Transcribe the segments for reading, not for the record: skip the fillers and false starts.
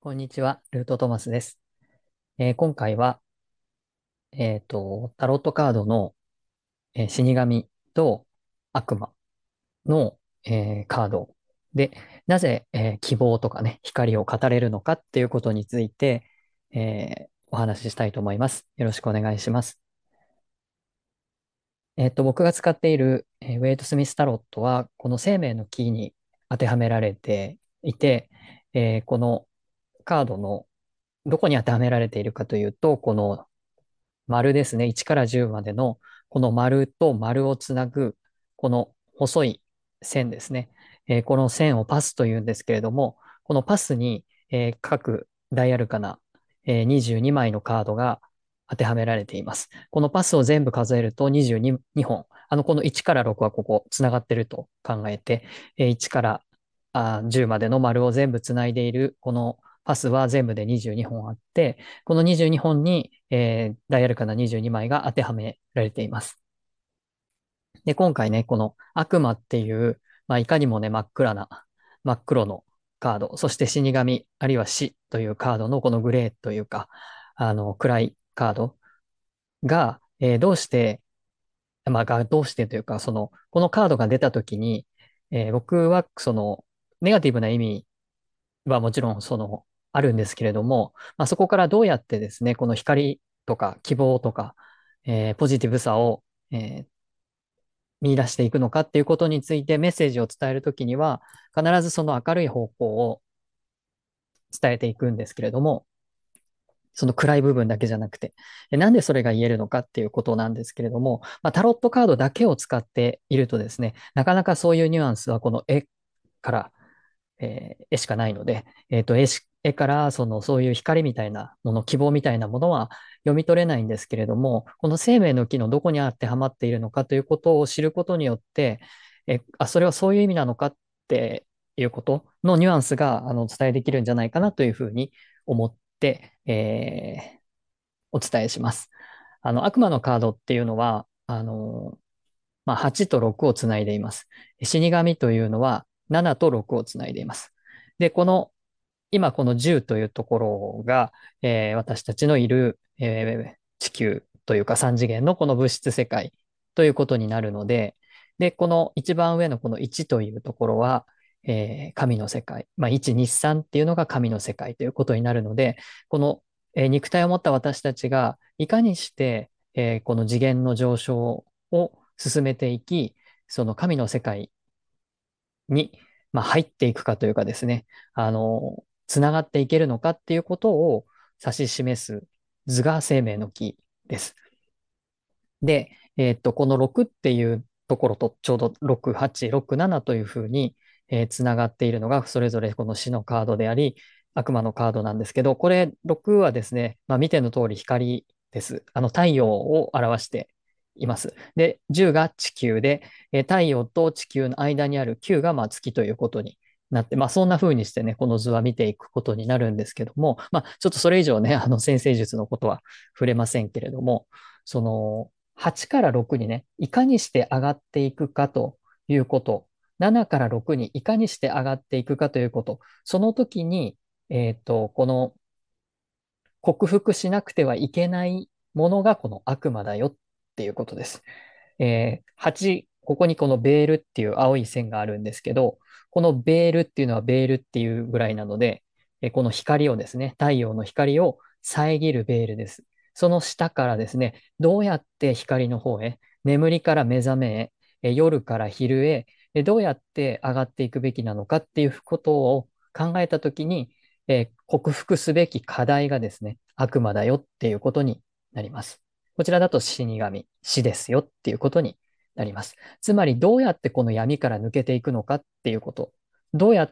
こんにちは、ルートトマスです。今回は、タロットカードの、死神と悪魔の、カードで、なぜ、希望とかね、光を語れるのかっていうことについて、お話ししたいと思います。よろしくお願いします。僕が使っている、ウェイト・スミス・タロットは、この生命のキーに当てはめられていて、このカードのどこに当てはめられているかというと、この丸ですね。1から10までの、この丸と丸をつなぐ、この細い線ですね。この線をパスというんですけれども、このパスに、各ダイアルカナ、22枚のカードが当てはめられています。このパスを全部数えると22本。この1から6はここ、つながってると考えて、1から10までの丸を全部つないでいる、このパスは全部で22本あって、この22本に、ダイアルカナ22枚が当てはめられています。で、今回ね、この悪魔っていう、いかにもね、真っ黒のカード、そして死神、あるいは死というカードのこのグレーというか、暗いカードが、どうして、どうしてというか、このカードが出たときに、僕は、ネガティブな意味はもちろんあるんですけれども、そこからどうやってですね、この光とか希望とか、ポジティブさを、見出していくのかっていうことについてメッセージを伝えるときには、必ずその明るい方向を伝えていくんですけれども、その暗い部分だけじゃなくて、なんでそれが言えるのかっていうことなんですけれども、タロットカードだけを使っているとですね、なかなかそういうニュアンスはこの絵から絵しかないので、絵からそういう光みたいなもの、希望みたいなものは読み取れないんですけれども、この生命の木のどこに当てはまっているのかということを知ることによって、それはそういう意味なのかっていうことのニュアンスがお伝えできるんじゃないかなというふうに思って、お伝えします。悪魔のカードっていうのは、8と6をつないでいます。死神というのは7と6をつないでいます。で、今この10というところが、私たちのいる、地球というか3次元のこの物質世界ということになるので、で、この一番上のこの1というところは、神の世界。1、2、3っていうのが神の世界ということになるので、この、肉体を持った私たちがいかにして、この次元の上昇を進めていき、その神の世界に、入っていくかというかですね、つながっていけるのかっていうことを指し示す図が生命の木です。で、この6っていうところとちょうど6、8、6、7というふうに、つながっているのが、それぞれこの死のカードであり、悪魔のカードなんですけど、これ6はですね、見ての通り光です。太陽を表しています。で、10が地球で、太陽と地球の間にある9が月ということになって、そんな風にしてね、この図は見ていくことになるんですけども、ちょっとそれ以上ね、先生術のことは触れませんけれども、8から6にね、いかにして上がっていくかということ、7から6にいかにして上がっていくかということ、その時に、この克服しなくてはいけないものがこの悪魔だよっていうことです。8、ここにこのベールっていう青い線があるんですけど、このベールっていうのはベールっていうぐらいなので、この光をですね、太陽の光を遮るベールです。その下からですね、どうやって光の方へ、眠りから目覚めへ、夜から昼へ、どうやって上がっていくべきなのかっていうことを考えたときに、克服すべき課題がですね、悪魔だよっていうことになります。こちらだと死神、死ですよっていうことになります。つまり、どうやってこの闇から抜けていくのかっていうこと。どうやって、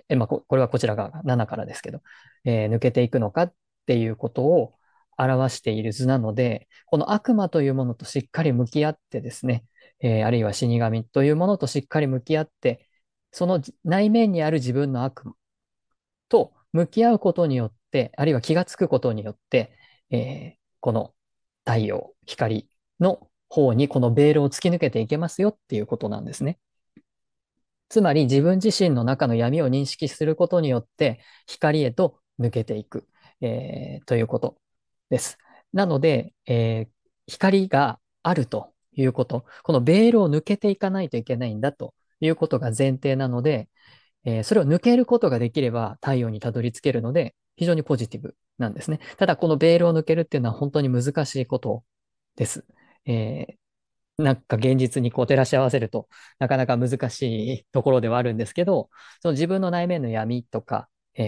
これはこちらが7からですけど、抜けていくのかっていうことを表している図なので、この悪魔というものとしっかり向き合ってですね、あるいは死神というものとしっかり向き合って、その内面にある自分の悪魔と向き合うことによって、あるいは気がつくことによって、この太陽、光の方にこのベールを突き抜けていけますよっていうことなんですね。つまり自分自身の中の闇を認識することによって光へと抜けていく、ということです。なので、光があるということ、このベールを抜けていかないといけないんだということが前提なので、それを抜けることができれば太陽にたどり着けるので、非常にポジティブなんですね。ただ、このベールを抜けるっていうのは本当に難しいことです。えなんか現実にこう照らし合わせるとなかなか難しいところではあるんですけど、その自分の内面の闇とか、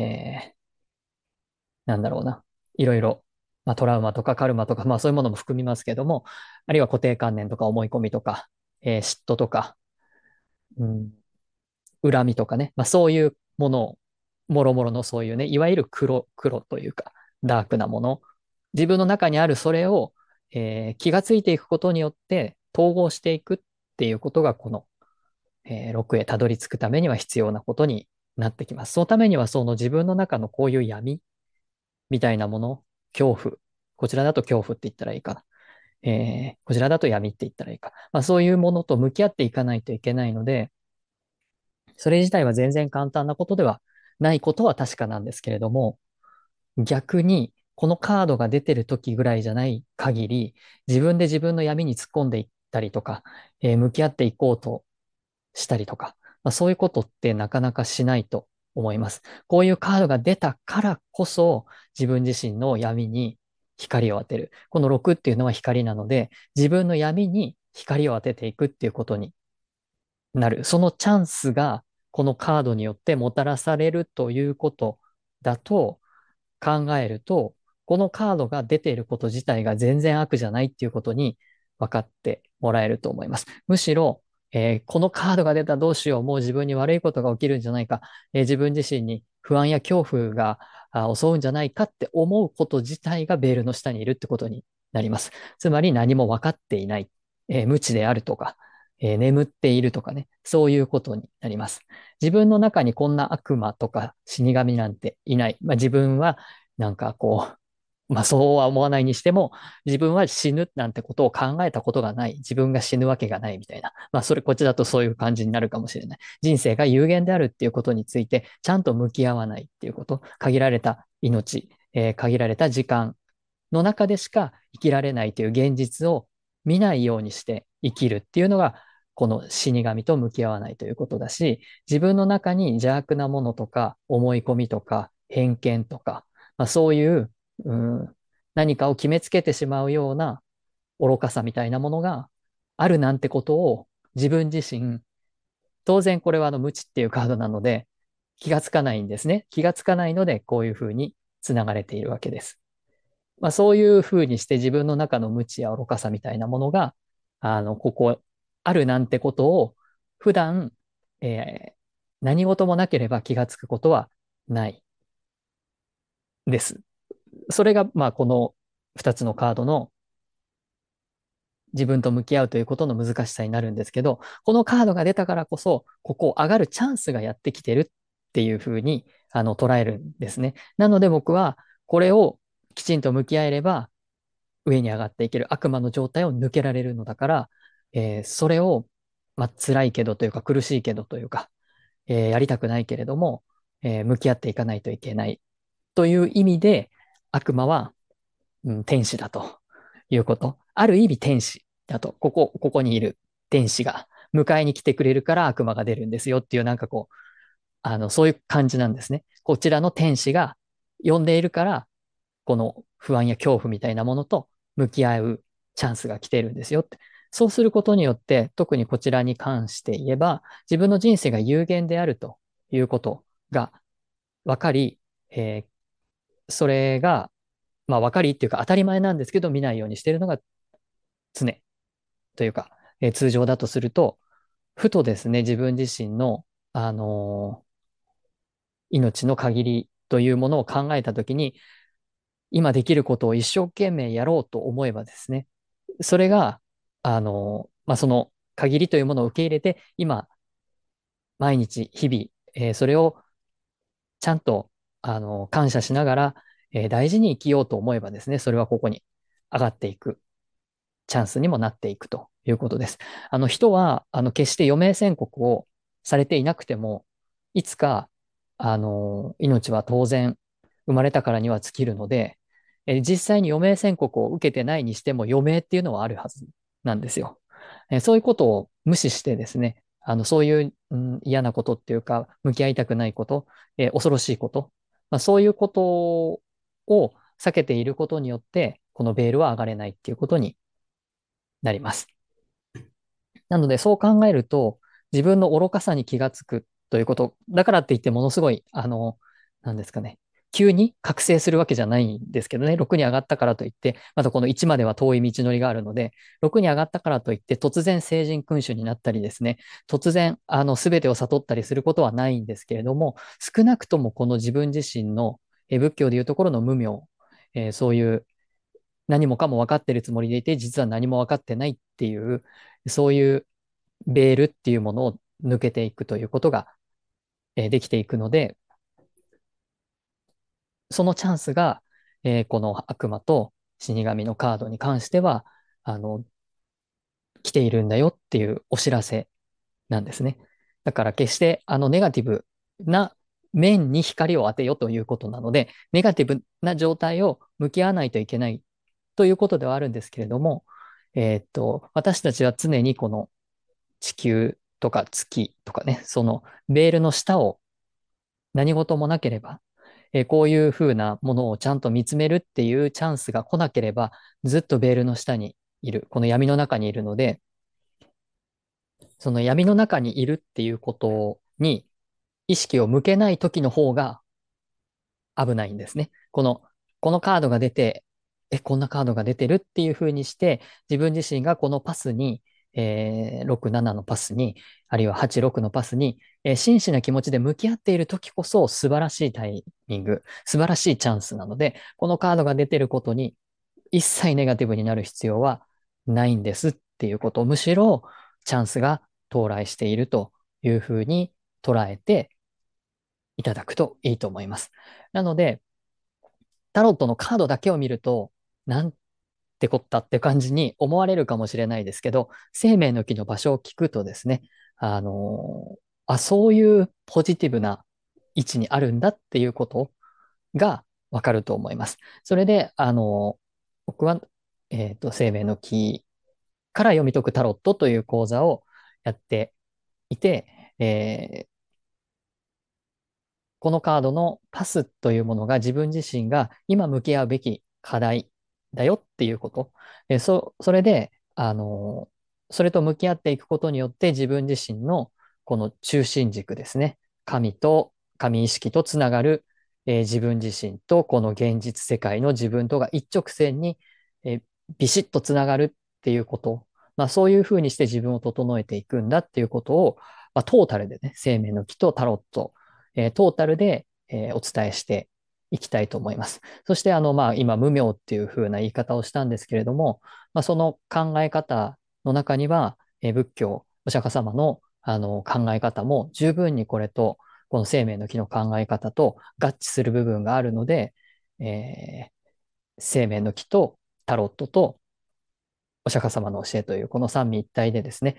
なんだろうな、いろいろ、まあ、トラウマとかカルマとか、まあそういうものも含みますけども、あるいは固定観念とか思い込みとか、嫉妬とか、うん、恨みとかね、まあそういうものを、もろもろのそういうね、いわゆる黒というか、ダークなもの、自分の中にあるそれを、気がついていくことによって統合していくっていうことが、この、6へたどり着くためには必要なことになってきます。そのためには、その自分の中のこういう闇みたいなもの、恐怖、こちらだと恐怖って言ったらいいかな。こちらだと闇って言ったらいいか。まあそういうものと向き合っていかないといけないので、それ自体は全然簡単なことではないことは確かなんですけれども、逆に、このカードが出てる時ぐらいじゃない限り、自分で自分の闇に突っ込んでいったりとか、向き合っていこうとしたりとか、まあ、そういうことってなかなかしないと思います。こういうカードが出たからこそ、自分自身の闇に光を当てる。この6っていうのは光なので、自分の闇に光を当てていくっていうことになる。そのチャンスが、このカードによってもたらされるということだと考えると、このカードが出ていること自体が全然悪じゃないっていうことに分かってもらえると思います。むしろ、このカードが出たどうしよう、もう自分に悪いことが起きるんじゃないか、自分自身に不安や恐怖が襲うんじゃないかって思うこと自体がベールの下にいるってことになります。つまり何も分かっていない、無知であるとか、眠っているとかね、そういうことになります。自分の中にこんな悪魔とか死神なんていない。まあ、自分はなんかこう、まあそうは思わないにしても、自分は死ぬなんてことを考えたことがない。自分が死ぬわけがないみたいな。まあそれこっちだとそういう感じになるかもしれない。人生が有限であるっていうことについて、ちゃんと向き合わないっていうこと。限られた命、限られた時間の中でしか生きられないという現実を見ないようにして生きるっていうのが、この死神と向き合わないということだし、自分の中に邪悪なものとか、思い込みとか、偏見とか、まあ、そういう、うん、何かを決めつけてしまうような愚かさみたいなものがあるなんてことを自分自身、当然これは無知っていうカードなので気がつかないんですね。気がつかないのでこういうふうに繋がれているわけです。まあ、そういうふうにして自分の中の無知や愚かさみたいなものが、ここあるなんてことを普段、えー何事もなければ気がつくことはないです。それが、まあ、この2つのカードの自分と向き合うということの難しさになるんですけど、このカードが出たからこそ、ここを上がるチャンスがやってきてるっていうふうに捉えるんですね。なので僕はこれをきちんと向き合えれば上に上がっていける悪魔の状態を抜けられるのだから、それを、まあ、辛いけどというか苦しいけどというか、やりたくないけれども、向き合っていかないといけないという意味で悪魔は、天使だということ。ある意味天使だと。ここにいる天使が迎えに来てくれるから悪魔が出るんですよっていうなんかこう、そういう感じなんですね。こちらの天使が呼んでいるから、この不安や恐怖みたいなものと向き合うチャンスが来ているんですよって。そうすることによって、特にこちらに関して言えば、自分の人生が有限であるということが分かり、それがまあ分かりっていうか当たり前なんですけど見ないようにしているのが常というか、通常だとすると、ふとですね、自分自身の、あのー命の限りというものを考えたときに、今できることを一生懸命やろうと思えばですね、それが、まあ、その限りというものを受け入れて、今、毎日、日々、それをちゃんと、感謝しながら、大事に生きようと思えばですね、それはここに上がっていくチャンスにもなっていくということです。人は、決して余命宣告をされていなくても、いつか、命は当然生まれたからには尽きるので、実際に余命宣告を受けてないにしても余命っていうのはあるはずなんですよ。そういうことを無視してですね、そういう、嫌なことっていうか、向き合いたくないこと、恐ろしいこと、まあ、そういうことを避けていることによって、このベールは上がれないっていうことになります。なので、そう考えると、自分の愚かさに気がつくということ、だからって言ってものすごい、なんですかね、急に覚醒するわけじゃないんですけどね、6に上がったからといって、またこの1までは遠い道のりがあるので、6に上がったからといって、突然聖人君主になったりですね、突然、すべてを悟ったりすることはないんですけれども、少なくともこの自分自身の、仏教でいうところの無明、そういう何もかも分かってるつもりでいて、実は何も分かってないっていう、そういうベールっていうものを抜けていくということが、できていくので、そのチャンスが、この悪魔と死神のカードに関しては、あの、来ているんだよっていうお知らせなんですね。だから決してネガティブな面に光を当てよということなので、ネガティブな状態を向き合わないといけないということではあるんですけれども、私たちは常にこの地球とか月とかね、そのベールの下を何事もなければ、こういうふうなものをちゃんと見つめるっていうチャンスが来なければ、ずっとベールの下にいる、この闇の中にいるので、その闇の中にいるっていうことに意識を向けない時の方が危ないんですね。このカードが出て、こんなカードが出てるっていう風にして、自分自身がこのパスに、6、7のパスに、あるいは8、6のパスに、真摯な気持ちで向き合っている時こそ素晴らしいタイミング、素晴らしいチャンスなので、このカードが出てることに一切ネガティブになる必要はないんですっていうことを、むしろチャンスが到来しているというふうに捉えていただくといいと思います。なので、タロットのカードだけを見ると、なんてこったって感じに思われるかもしれないですけど、生命の木の場所を聞くとですね、そういうポジティブな位置にあるんだっていうことがわかると思います。それで、僕は、生命の木から読み解くタロットという講座をやっていて、このカードのパスというものが自分自身が今向き合うべき課題だよっていうこと。それで、それと向き合っていくことによって自分自身のこの中心軸ですね。神意識とつながる、自分自身とこの現実世界の自分とが一直線に、ビシッとつながるっていうこと。まあそういうふうにして自分を整えていくんだっていうことを、まあ、トータルでね、生命の木とタロット、トータルで、お伝えしていきたいと思います。そして、まあ、今、無明っていう風な言い方をしたんですけれども、まあ、その考え方の中には、仏教、お釈迦様の、考え方も十分にこれと、この生命の木の考え方と合致する部分があるので、生命の木とタロットとお釈迦様の教えというこの三位一体でですね、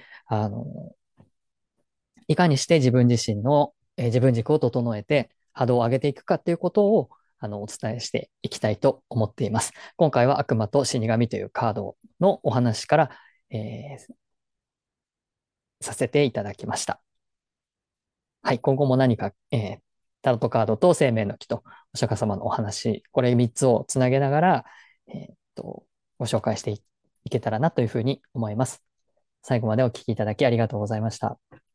いかにして自分自身の、自分軸を整えて波動を上げていくかということをお伝えしていきたいと思っています。今回は悪魔と死神というカードのお話から、させていただきました。はい、今後も何か、タロットカードと生命の木とお釈迦様のお話、これ3つをつなげながら、えーっと、ご紹介していけたらなというふうに思います。最後までお聞きいただきありがとうございました。